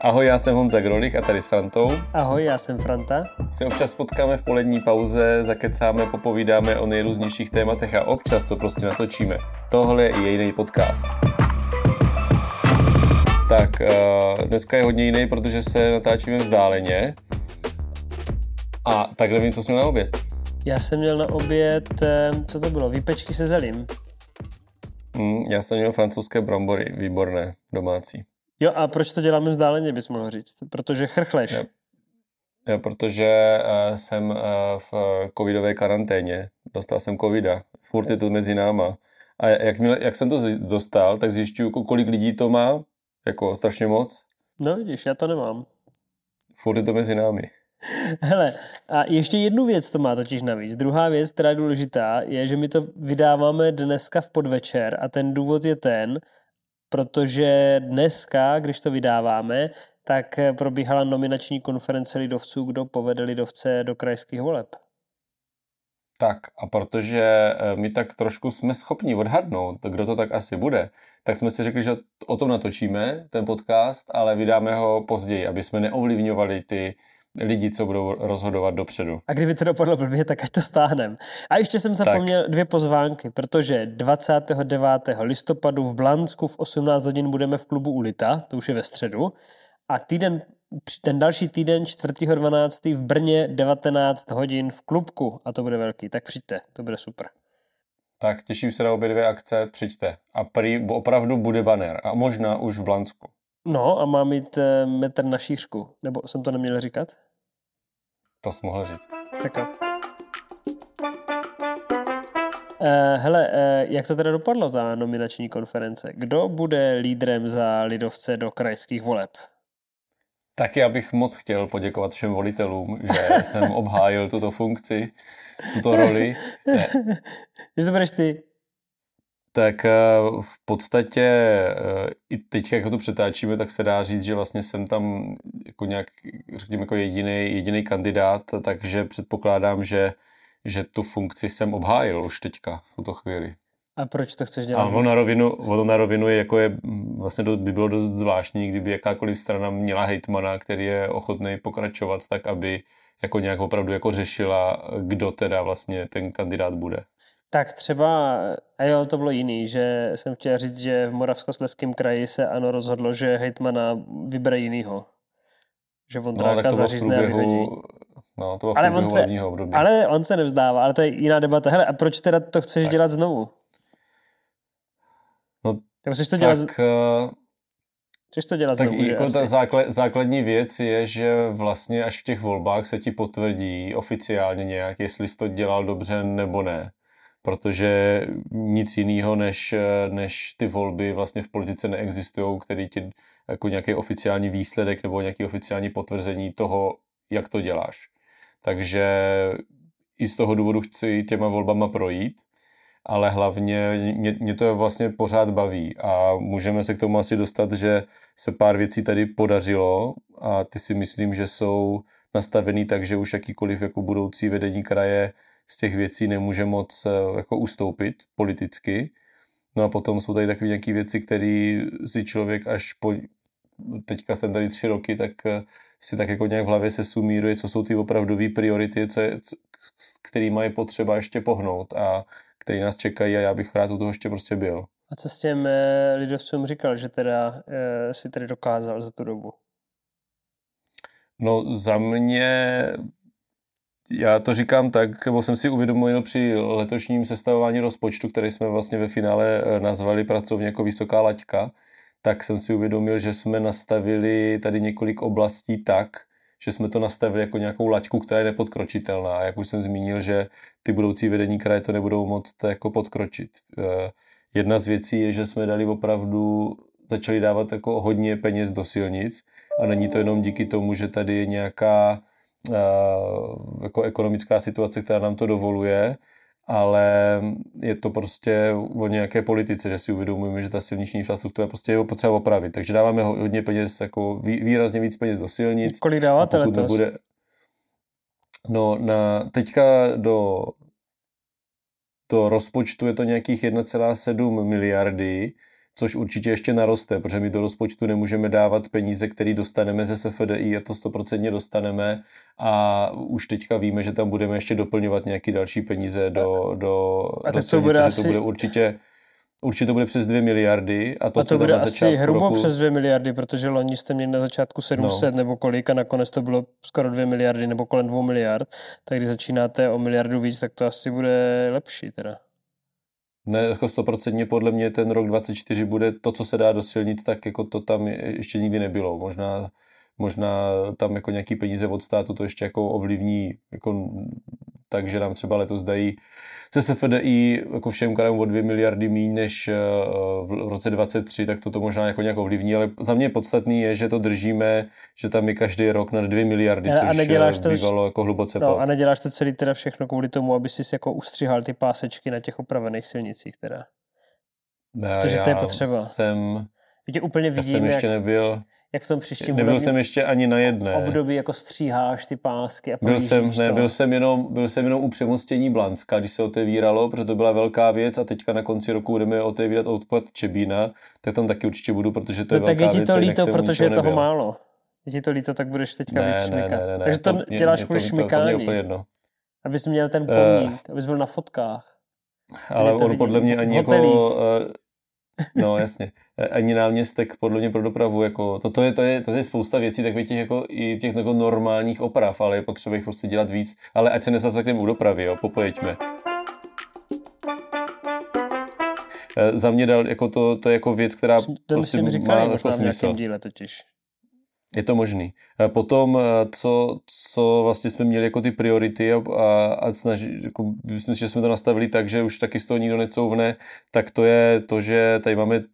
Ahoj, já jsem Honza Grolich a tady s Frantou. Ahoj, já jsem Franta. Se občas potkáme v polední pauze, zakecáme, popovídáme o nejrůznějších tématech a občas to prostě natočíme. Tohle je jiný podcast. Tak, dneska je hodně jiný, protože se natáčíme vzdáleně. A tak nevím, co jsi měl na oběd. Já jsem měl na oběd, co to bylo, výpečky se zelím. Já jsem měl francouzské brambory, výborné, domácí. Jo, a proč to děláme vzdáleně, bys mohl říct? Protože chrchleš. Jo, protože jsem v covidové karanténě. Dostal jsem covida. Furt je to mezi náma. A jak jsem to dostal, tak zjišťuju, kolik lidí to má. Jako strašně moc. No vidíš, já to nemám. Furt je to mezi námi. Hele, a ještě jednu věc to má totiž navíc. Druhá věc, která je důležitá, je, že my to vydáváme dneska v podvečer a ten důvod je ten, protože dneska, když to vydáváme, tak probíhala nominační konference lidovců, kdo povede lidovce do krajských voleb. Tak a protože my tak trošku jsme schopni odhadnout, kdo to tak asi bude, tak jsme si řekli, že o tom natočíme ten podcast, ale vydáme ho později, aby jsme neovlivňovali ty lidi, co budou rozhodovat dopředu. A kdyby to dopadlo blbě, tak ať to stáhneme. A ještě jsem zapomněl dvě pozvánky, protože 29. listopadu v Blansku v 18 hodin budeme v klubu Ulita, to už je ve středu, a ten další týden 4.12. v Brně 19 hodin v klubku a to bude velký, tak přijďte, to bude super. Tak těším se na obě dvě akce, přijďte. A prý opravdu bude banner a možná už v Blansku. No a má mít metr na šířku, nebo jsem to neměl říkat? To jsi mohl říct. Tak jo. Hele, jak to teda dopadlo, ta nominační konference? Kdo bude lídrem za lidovce do krajských voleb? Tak já bych moc chtěl poděkovat všem volitelům, že jsem obhájil tuto funkci, tuto roli. Že to budeš ty? Tak v podstatě i teď, jak to přetáčíme, tak se dá říct, že vlastně jsem tam jako nějak, řekněme, jako jediný kandidát, takže předpokládám, že tu funkci jsem obhájil už teďka v tuto chvíli. A proč to chceš dělat? A ono na rovinu je vlastně by bylo dost zvláštní, kdyby jakákoliv strana měla hejtmana, který je ochotný pokračovat tak, aby jako nějak opravdu jako řešila, kdo teda vlastně ten kandidát bude. Tak třeba, a jo, to bylo jiný, že jsem chtěl říct, že v Moravskoslezském kraji se ANO rozhodlo, že hejtmana vybere jinýho. Že Vondráka zařízne a vyhodí. No, to bylo v průběhu volebního období. Ale on se nevzdává, ale to je jiná debata. Hele, a proč teda to chceš dělat znovu? No, chceš to dělat tak znovu, jako ta základní věc je, že vlastně až v těch volbách se ti potvrdí oficiálně nějak, jestli jsi to dělal dobře nebo ne. Protože nic jiného než ty volby vlastně v politice neexistují, který ti jako nějaký oficiální výsledek nebo nějaký oficiální potvrzení toho, jak to děláš. Takže i z toho důvodu chci těma volbama projít, ale hlavně mě to vlastně pořád baví a můžeme se k tomu asi dostat, že se pár věcí tady podařilo a ty si myslím, že jsou nastavený tak, že už jakýkoliv jako budoucí vedení kraje z těch věcí nemůže moc jako ustoupit politicky. No a potom jsou tady takové nějaké věci, které si člověk až teďka jsem tady 3 roky, tak si tak jako nějak v hlavě se sumíruje, co jsou ty opravdové priority, který mají potřeba ještě pohnout a který nás čekají a já bych rád u toho ještě prostě byl. A co s těm lidovcům říkal, že teda si tady dokázal za tu dobu? No za mě, já to říkám tak, nebo jsem si uvědomil při letošním sestavování rozpočtu, který jsme vlastně ve finále nazvali pracovně jako vysoká laťka, tak jsem si uvědomil, že jsme nastavili tady několik oblastí tak, že jsme to nastavili jako nějakou laťku, která je nepodkročitelná. A jak už jsem zmínil, že ty budoucí vedení kraje to nebudou moct jako podkročit. Jedna z věcí je, že jsme začali dávat jako hodně peněz do silnic a není to jenom díky tomu, že tady je nějaká jako ekonomická situace, která nám to dovoluje, ale je to prostě o nějaké politice, že si uvědomujeme, že ta silniční infrastruktura prostě je potřeba opravit. Takže dáváme hodně peněz, jako výrazně víc peněz do silnic. Kolik dáváte letos? No, teďka do rozpočtu je to nějakých 1,7 miliardy, což určitě ještě naroste, protože my do rozpočtu nemůžeme dávat peníze, které dostaneme ze SFDI, a to 100% dostaneme a už teďka víme, že tam budeme ještě doplňovat nějaké další peníze do tak to bude asi... to bude určitě to bude přes 2 miliardy. A to bude asi hrubo přes 2 miliardy, protože loni jste měli na začátku 700 nebo kolik a nakonec to bylo skoro 2 miliardy nebo kolem 2 miliard. Tak když začínáte o miliardu víc, tak to asi bude lepší teda. Ne, jako 100% podle mě ten rok 2024 bude to, co se dá do silnic, tak jako to tam ještě nikdy nebylo. Možná tam jako nějaký peníze od státu to ještě jako ovlivní, jako takže nám třeba letos dají se SFDI jako všem krajům o 2 miliardy míň než v roce 2023, tak to možná jako nějak ovlivní, ale za mě podstatný je, že to držíme, že tam je každý rok na 2 miliardy, což bývalo jako hluboce pod. A neděláš to celý teda všechno kvůli tomu, aby si jako ustřihal ty pásečky na těch opravených silnicích teda. Protože to je potřeba. Úplně vidím, ještě nebyl... Jak v tom příštím nebyl jsem ještě ani na jedné. Období jako stříháš ty pásky a byl jsem jenom u přemostění Blanska, když se otevíralo, protože to byla velká věc a teďka na konci roku budeme otevírat odpad Čebína, tak tam taky určitě budu, protože to je velká věc. Tak je ti to líto, protože je toho málo. Je ti to líto, tak budeš teďka víc šmikat. Takže to děláš kvůli šmykání. Abys měl ten pomník, abys byl na fotkách. Ale on podle mě ani jako... No jasně. Ani náměstek podle mě pro dopravu, jako, to je spousta věcí, takových těch, jako, i těch jako normálních oprav, ale je potřeba jich prostě dělat víc. Ale ať se nezasekneme u dopravy, jo, popojeďme. Za mě dal, jako to je jako věc, která prostě má jako smysl. Díle totiž. Je to možný. Potom, co vlastně jsme měli jako ty priority a jako, myslím, že jsme to nastavili tak, že už taky z toho nikdo necouvne, tak to je to, že tady máme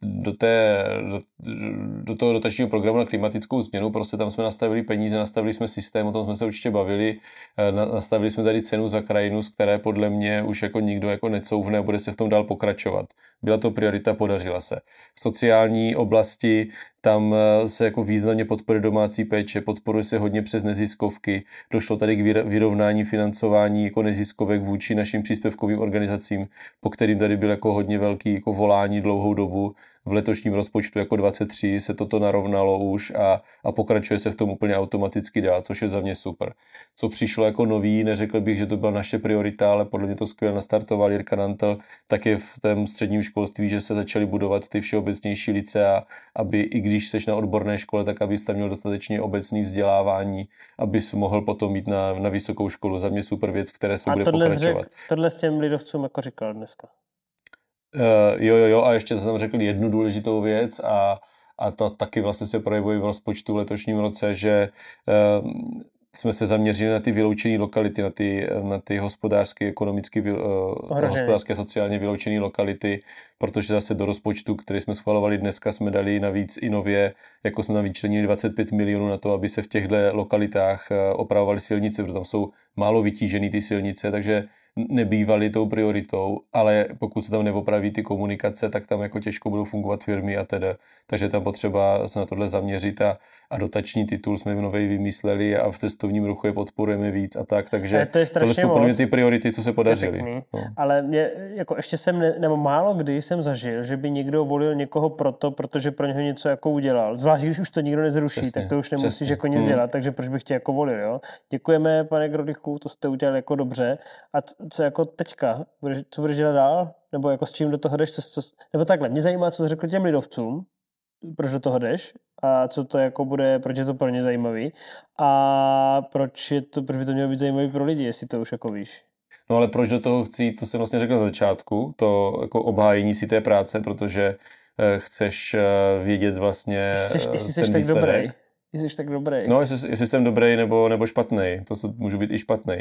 do toho dotačního programu na klimatickou změnu, prostě tam jsme nastavili peníze, nastavili jsme systém, o tom jsme se určitě bavili, nastavili jsme tady cenu za krajinu, z které podle mě už jako nikdo jako necouvne a bude se v tom dál pokračovat. Byla to priorita, podařila se. V sociální oblasti tam se jako významně podporuje domácí péče, podporuje se hodně přes neziskovky. Došlo tady k vyrovnání financování jako neziskovek vůči našim příspěvkovým organizacím, po kterým tady byl jako hodně velký jako volání dlouhou dobu. V letošním rozpočtu jako 23 se toto narovnalo už a pokračuje se v tom úplně automaticky dál, což je za mě super. Co přišlo jako nový, neřekl bych, že to byla naše priorita, ale podle mě to skvěle nastartoval Jirka Nantl, tak je v tom středním školství, že se začaly budovat ty všeobecnější licea, aby i když seš na odborné škole, tak abys tam měl dostatečně obecný vzdělávání, abys mohl potom jít na vysokou školu. Za mě super věc, v které se bude pokračovat. Tohle s těm lidovcům jako říkal dneska. Jo, a ještě jsem řekl jednu důležitou věc a to taky vlastně se projevuje v rozpočtu v letošním roce, že jsme se zaměřili na ty vyloučené lokality, na ty hospodářské, ekonomicky, hospodářské a sociálně vyloučené lokality, protože zase do rozpočtu, který jsme schvalovali dneska, jsme dali navíc i nově, jako jsme vyčlenili 25 milionů na to, aby se v těchto lokalitách opravovaly silnice, protože tam jsou málo vytížené ty silnice, takže nebývaly tou prioritou, ale pokud se tam neopraví ty komunikace, tak tam jako těžko budou fungovat firmy a teda. Takže tam potřeba se na tohle zaměřit a dotační titul jsme v novej vymysleli a v cestovním ruchu je podporujeme víc a tak, takže tohle jsou podle mě ty priority, co se podařily. No. Ale mě, jako ještě nebo málo kdy jsem zažil, že by někdo volil někoho protože pro něho něco jako udělal. Zvlášť, když už to nikdo nezruší, přesně, tak to už nemusíš jako nic dělat, takže proč bych tě jako volil, jo? Děkujeme, pane Grodychu, to jste udělali jako dobře. A co jako teďka? Co budeš dělat dál? Nebo jako s čím do toho jdeš? Nebo takhle, mě zajímá, co řekl těm lidovcům, proč do toho jdeš a co to jako bude, proč je to pro ně zajímavý a proč by to mělo být zajímavý pro lidi, jestli to už jako víš. No ale proč do toho chci, to jsem vlastně řekl na začátku, to jako obhájení si té práce, protože chceš vědět vlastně jestli jsi tak dobrý. Jestli jsi tak dobrý. No, jestli jsem dobrý nebo špatný, to můžu být i špatný.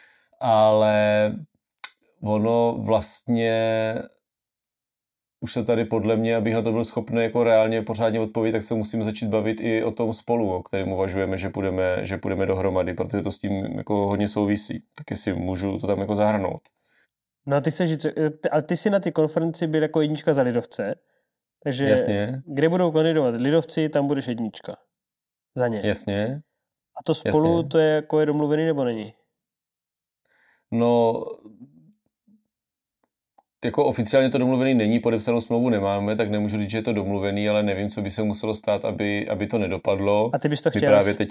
Ale ono vlastně už se tady podle mě, abych na to byl schopný jako reálně pořádně odpovědět, tak se musíme začít bavit i o tom spolu, o kterém uvažujeme, že půjdeme dohromady, protože to s tím jako hodně souvisí. Tak jestli můžu to tam jako zahrnout. No a ale ty jsi na té konferenci byl jako jednička za lidovce, takže jasně. Kde budou kandidovat lidovci, tam budeš jednička. Za ně. Jasně. A to spolu, jasně. To je jako je domluvený nebo není? No, jako oficiálně to domluvený není, podepsanou smlouvu nemáme, tak nemůžu říct, že je to domluvený, ale nevím, co by se muselo stát, aby to nedopadlo. A ty bys to chtěl?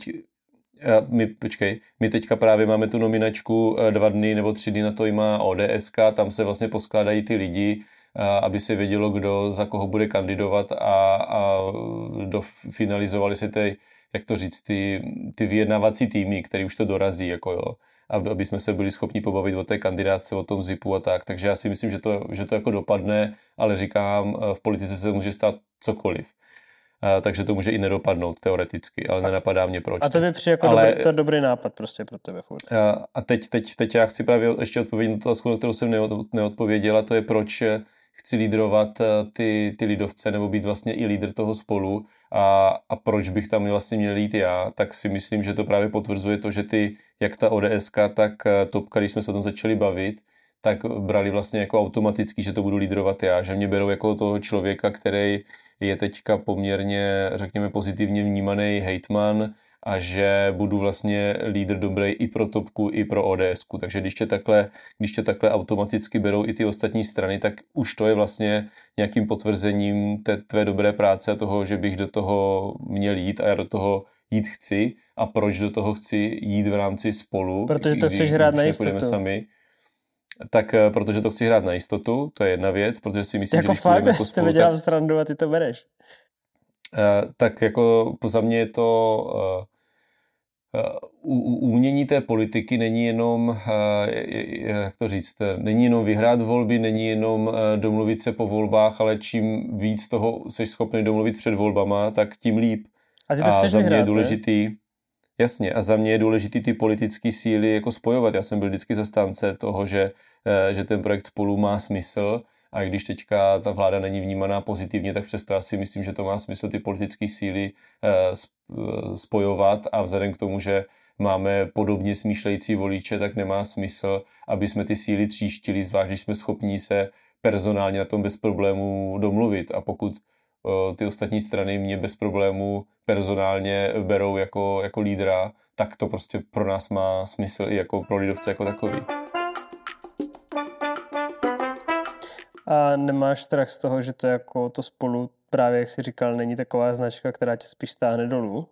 My teďka právě máme tu nominačku 2 dny nebo 3 dny na to má ODSK, tam se vlastně poskládají ty lidi, aby se vědělo, kdo za koho bude kandidovat a dofinalizovali se jak to říct, ty vyjednávací týmy, který už to dorazí, jako jo, aby jsme se byli schopni pobavit o té kandidátce, o tom zipu a tak. Takže já si myslím, že to jako dopadne, ale říkám, v politice se může stát cokoliv. Takže to může i nedopadnout teoreticky, ale nenapadá mě proč. A to by přijde jako dobrý nápad prostě pro tebe furt. A teď já chci právě ještě odpovědět na tu otázku, na kterou jsem neodpověděla, to je proč chci lídrovat ty lidovce nebo být vlastně i lídr toho Spolu a proč bych tam vlastně měl jít já, tak si myslím, že to právě potvrzuje to, že jak ta ODSK, tak Topka, když jsme se o tom začali bavit, tak brali vlastně jako automaticky, že to budu lídrovat já, že mě berou jako toho člověka, který je teďka poměrně, řekněme, pozitivně vnímaný hejtman a že budu vlastně lídr dobrý i pro Topku, i pro ODSku. Takže když tě takhle automaticky berou i ty ostatní strany, tak už to je vlastně nějakým potvrzením té tvé dobré práce a toho, že bych do toho měl jít a já do toho jít chci. A proč do toho chci jít v rámci Spolu? Protože to chceš hrát na jistotu. Sami. Tak protože to chci hrát na jistotu, to je jedna věc, protože si myslím, jako že fakt, já si tebe dělám srandu a ty to bereš. Tak jako za mě je to umění té politiky není jenom, jak to říct, není jenom vyhrát volby, není jenom domluvit se po volbách, ale čím víc toho jsi schopný domluvit před volbama, tak tím líp. A ty to chceš vyhrát, je důležitý, ne? Jasně, a za mě je důležitý ty politické síly jako spojovat. Já jsem byl vždycky zastánce toho, že ten projekt Spolu má smysl a když teďka ta vláda není vnímaná pozitivně, tak přesto já si myslím, že to má smysl ty politické síly spojovat a vzhledem k tomu, že máme podobně smýšlející voliče, tak nemá smysl, aby jsme ty síly tříštili, zvlášť když jsme schopní se personálně na tom bez problémů domluvit a pokud ty ostatní strany mě bez problémů personálně berou jako lídra, tak to prostě pro nás má smysl i jako pro lidovce jako takový. A nemáš strach z toho, že to jako to Spolu, právě jak jsi říkal, není taková značka, která tě spíš stáhne dolů?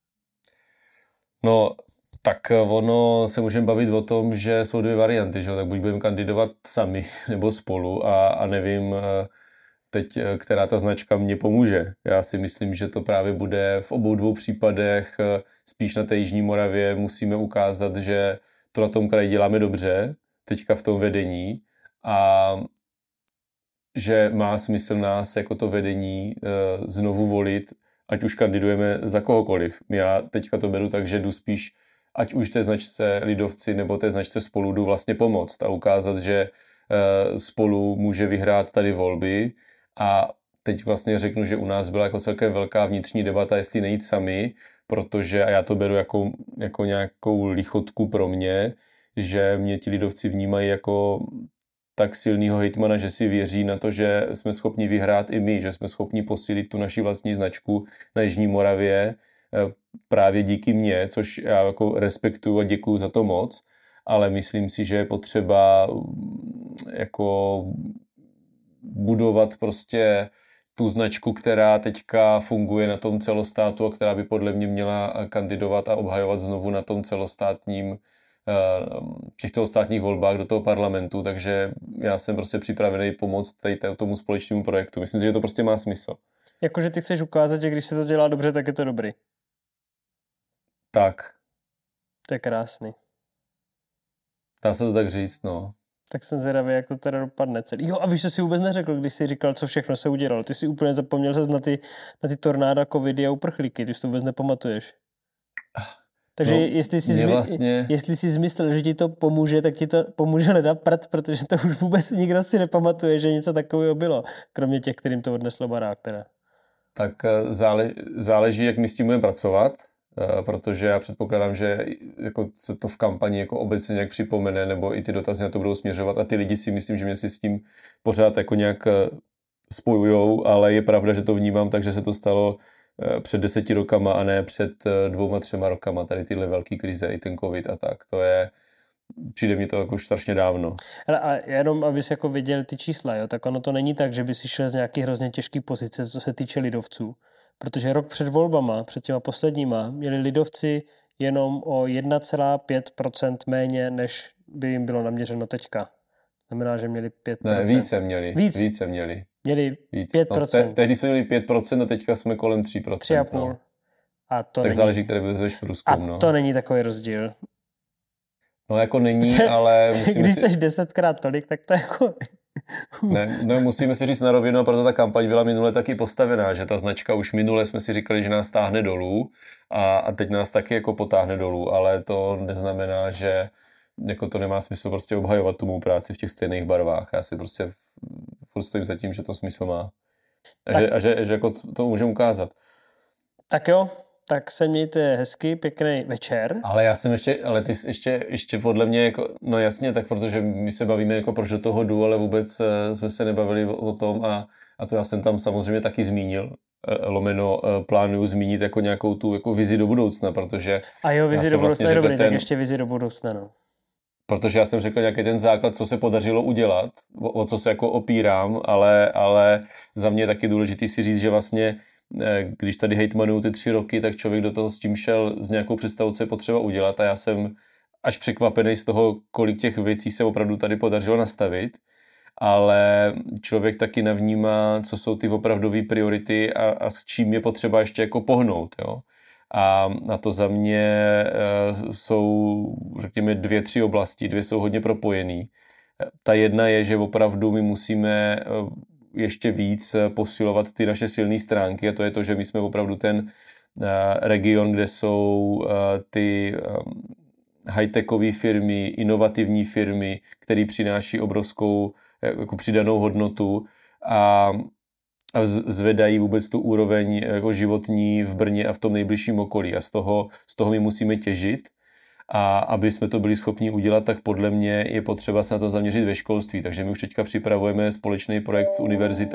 No, tak ono se můžeme bavit o tom, že jsou 2 varianty, že? Tak buď budeme kandidovat sami nebo Spolu a nevím teď, která ta značka mě pomůže. Já si myslím, že to právě bude v obou 2 případech, spíš na té Jižní Moravě musíme ukázat, že to na tom kraji děláme dobře, teďka v tom vedení a že má smysl nás jako to vedení znovu volit, ať už kandidujeme za kohokoliv. Já teďka to beru tak, že jdu spíš, ať už té značce lidovci nebo té značce Spolu jdu vlastně pomoct a ukázat, že Spolu může vyhrát tady volby a teď vlastně řeknu, že u nás byla jako celkem velká vnitřní debata, jestli nejít sami, protože, a já to beru jako nějakou lichotku pro mě, že mě ti lidovci vnímají jako tak silného hejtmana, že si věří na to, že jsme schopni vyhrát i my, že jsme schopni posílit tu naši vlastní značku na Jižní Moravě právě díky mně, což já jako respektuju a děkuju za to moc, ale myslím si, že je potřeba jako budovat prostě tu značku, která teďka funguje na tom celostátu a která by podle mě měla kandidovat a obhajovat znovu na tom celostátním těch celostátních volbách do toho parlamentu, takže já jsem prostě připravený pomoct tomu společnému projektu. Myslím si, že to prostě má smysl. Jakože ty chceš ukázat, že když se to dělá dobře, tak je to dobrý. Tak. To je krásný. Dá se to tak říct, no. Tak jsem zvědavý, jak to teda dopadne celý. Jo, a víš, co jsi vůbec neřekl, když jsi říkal, co všechno se udělalo. Ty jsi úplně zapomněl se na ty tornáda, covidy a uprchlíky. Ty už to vůbec nepamatuješ. Takže no, jestli jsi zmyslel, že ti to pomůže, tak ti to pomůže leda prd, protože to už vůbec nikdo si nepamatuje, že něco takového bylo. Kromě těch, kterým to odneslo barák teda. Tak záleží, jak my s tím budeme pracovat, protože já předpokládám, že jako se to v kampani jako obecně nějak připomene, nebo i ty dotazy na to budou směřovat a ty lidi si myslím, že mě si s tím pořád jako nějak spojujou, ale je pravda, že to vnímám tak, že se to stalo před 10 rokama a ne před 2-3 rokama, tady tyhle velký krize, i ten covid a tak. To je, přijde mi to jako už strašně dávno. A jenom, abys jako viděl ty čísla, jo, tak ono to není tak, že by si šel z nějaký hrozně těžký pozice, co se týče lidovců. Protože rok před volbama, před těma posledníma, měli lidovci jenom o 1,5% méně, než by jim bylo naměřeno teďka. Znamená, že měli 5%. Ne, více měli. Více měli. Měli 5%. No, tehdy jsme měli 5% a teďka jsme kolem 3%. 3,5%. No. A to tak není. Záleží, který vezveš průzkum. A to není takový rozdíl. No jako není, ale... Když jsi 10krát tolik, tak to jako... Ne, musíme si říct na rovinu, a proto ta kampaň byla minule taky postavená, že ta značka už minule jsme si říkali, že nás táhne dolů a teď nás taky jako potáhne dolů, ale to neznamená, že jako to nemá smysl prostě obhajovat tu mou práci v těch stejných barvách. Já si prostě furt stojím za tím, že to smysl má. A že jako to můžeme ukázat. Tak jo, tak se mějte hezky, pěkný večer. Ale já jsem ty ještě podle mě, jako, no jasně, tak protože my se bavíme, jako proč do toho jdu, ale vůbec jsme se nebavili o tom a to já jsem tam samozřejmě taky zmínil, lomeno plánuju zmínit jako nějakou tu jako vizi do budoucna, protože... A jo, vizi do budoucna je dobrý, tak ještě vizi do budoucna, no. Protože já jsem řekl nějaký ten základ, co se podařilo udělat, o co se jako opírám, ale za mě je taky důležitý si říct, že vlastně když tady hejtmanuju ty 3 roky, tak člověk do toho s tím šel s nějakou představou, co je potřeba udělat a já jsem až překvapený z toho, kolik těch věcí se opravdu tady podařilo nastavit, ale člověk taky navnímá, co jsou ty opravdové priority a s čím je potřeba ještě jako pohnout, jo. A na to za mě jsou, řekněme, 2-3 oblasti, 2 jsou hodně propojený. Ta jedna je, že opravdu my musíme ještě víc posilovat ty naše silné stránky a to je to, že my jsme opravdu ten region, kde jsou ty high-techové firmy, inovativní firmy, které přináší obrovskou jako přidanou hodnotu a zvedají vůbec tu úroveň jako životní v Brně a v tom nejbližším okolí a z toho my musíme těžit a aby jsme to byli schopni udělat, tak podle mě je potřeba se na to zaměřit ve školství, takže my už teďka připravujeme společný projekt s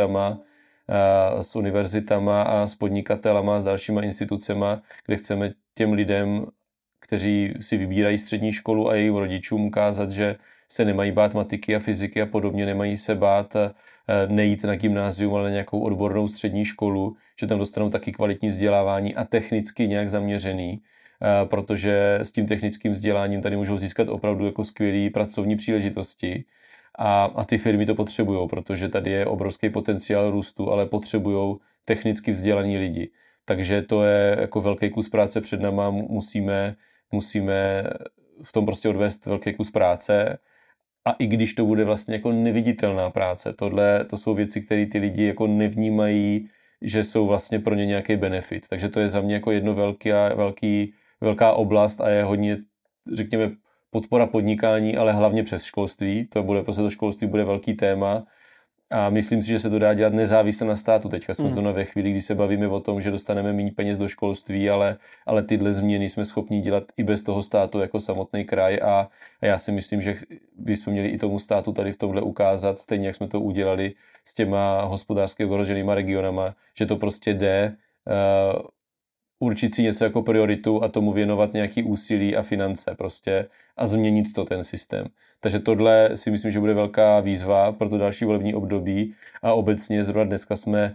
univerzitama a s podnikatelama, s dalšíma institucema, kde chceme těm lidem, kteří si vybírají střední školu a jejich rodičům ukázat, že se nemají bát matiky a fyziky a podobně, nemají se bát nejít na gymnázium, ale na nějakou odbornou střední školu, že tam dostanou taky kvalitní vzdělávání a technicky nějak zaměřený, protože s tím technickým vzděláním tady můžou získat opravdu jako skvělý pracovní příležitosti a ty firmy to potřebujou, protože tady je obrovský potenciál růstu, ale potřebujou technicky vzdělaní lidi. Takže to je jako velký kus práce před náma, musíme v tom prostě odvést velký kus práce. A i když to bude vlastně jako neviditelná práce, to jsou věci, které ty lidi jako nevnímají, že jsou vlastně pro ně nějaký benefit. Takže to je za mě jako jedno velká oblast a je hodně, řekněme, podpora podnikání, ale hlavně přes školství. To školství bude velký téma a myslím si, že se to dá dělat nezávisle na státu. Teďka jsme zrovna ve chvíli, kdy se bavíme o tom, že dostaneme méně peněz do školství, ale tyhle změny jsme schopni dělat i bez toho státu jako samotný kraj a já si myslím, že bychom měli i tomu státu tady v tomhle ukázat, stejně jak jsme to udělali s těma hospodářsky ohroženýma regionama, že to prostě jde určit si něco jako prioritu a tomu věnovat nějaký úsilí a finance prostě a změnit to ten systém. Takže tohle si myslím, že bude velká výzva pro to další volební období a obecně zrovna dneska jsme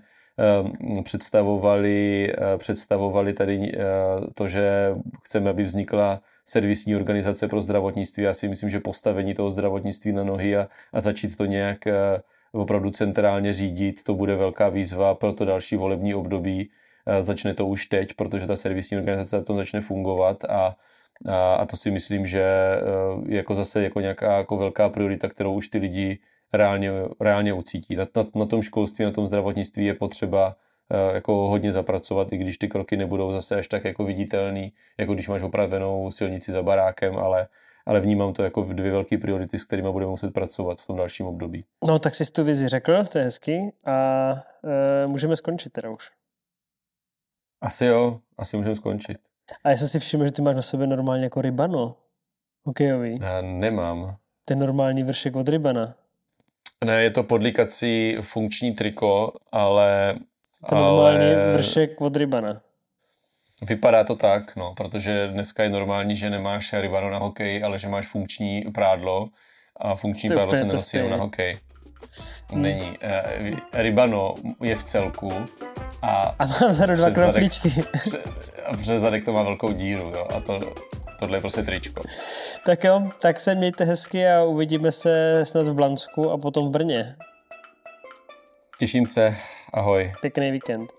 představovali tady to, že chceme, aby vznikla servisní organizace pro zdravotnictví. Já si myslím, že postavení toho zdravotnictví na nohy a začít to nějak opravdu centrálně řídit, to bude velká výzva pro to další volební období. Začne to už teď, protože ta servisní organizace na tom začne fungovat a to si myslím, že je jako zase jako nějaká jako velká priorita, kterou už ty lidi reálně ucítí. Na tom školství, na tom zdravotnictví je potřeba jako hodně zapracovat, i když ty kroky nebudou zase až tak jako viditelný, jako když máš opravenou silnici za barákem, ale vnímám to jako 2 velké priority, s kterými budeme muset pracovat v tom dalším období. No tak jsi tu vizi řekl, to je hezky a můžeme skončit teda už. Asi jo, asi můžeme skončit. A já jsem si všiml, že ty máš na sobě normálně jako Ribano. Hokejový. Já nemám. Ten normální vršek od Ribana. Ne, je to podlíkací funkční triko, ale... To normální vršek od Ribana. Vypadá to tak, no, protože dneska je normální, že nemáš rybano na hokej, ale že máš funkční prádlo a funkční prádlo se nenosí jenom na hokej. Není. Rybano je v celku a mám vzadu 2 knoflíčky. A přes zadek to má velkou díru, jo, a tohle je prostě tričko. Tak jo, tak se mějte hezky a uvidíme se snad v Blansku a potom v Brně. Těším se, ahoj. Pěkný víkend.